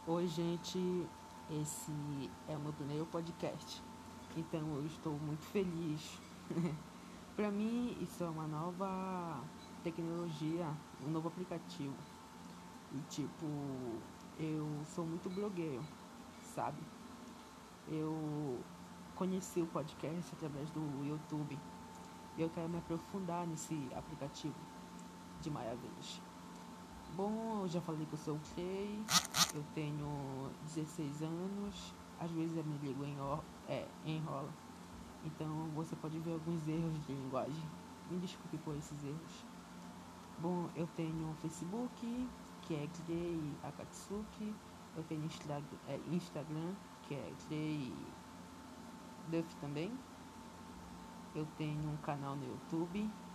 Oi, gente, esse é o meu primeiro podcast, então eu estou muito feliz. Para mim, isso é uma nova tecnologia, um novo aplicativo. E, tipo, eu sou muito blogueiro, sabe? Eu conheci o podcast através do YouTube e eu quero me aprofundar nesse aplicativo de maravilhas. Bom, eu já falei que eu sou gay, eu tenho 16 anos, às vezes eu me ligo enrola. Então você pode ver alguns erros de linguagem. Me desculpe por esses erros. Bom, eu tenho Facebook, que é Clay Akatsuki. Eu tenho Instagram, que é Clay Duff também. Eu tenho um canal no YouTube,